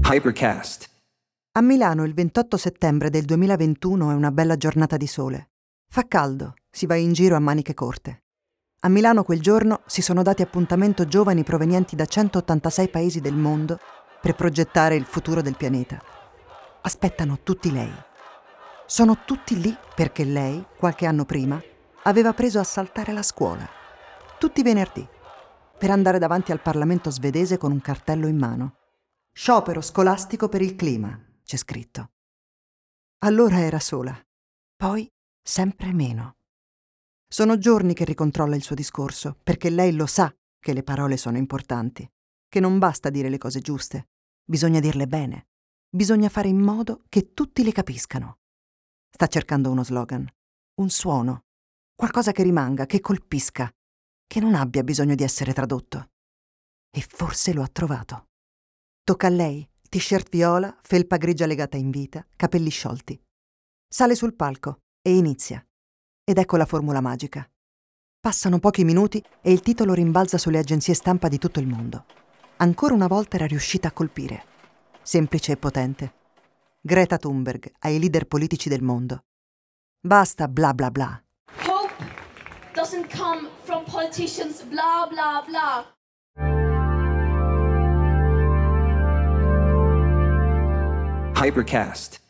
Hypercast. A Milano il 28 settembre del 2021 è una bella giornata di sole. Fa caldo, si va in giro a maniche corte. A Milano quel giorno si sono dati appuntamento giovani provenienti da 186 paesi del mondo per progettare il futuro del pianeta. Aspettano tutti lei. Sono tutti lì perché lei, qualche anno prima, aveva preso a saltare la scuola. Tutti i venerdì, per andare davanti al Parlamento svedese con un cartello in mano. Sciopero scolastico per il clima, c'è scritto. Allora era sola, poi sempre meno. Sono giorni che ricontrolla il suo discorso, perché lei lo sa che le parole sono importanti, che non basta dire le cose giuste, bisogna dirle bene, bisogna fare in modo che tutti le capiscano. Sta cercando uno slogan, un suono, qualcosa che rimanga, che colpisca, che non abbia bisogno di essere tradotto. E forse lo ha trovato. Tocca a lei, t-shirt viola, felpa grigia legata in vita, capelli sciolti. Sale sul palco e inizia. Ed ecco la formula magica. Passano pochi minuti e il titolo rimbalza sulle agenzie stampa di tutto il mondo. Ancora una volta era riuscita a colpire. Semplice e potente. Greta Thunberg ai leader politici del mondo. Basta bla bla bla. Hope doesn't come from politicians, blah, blah, blah. Hypercast.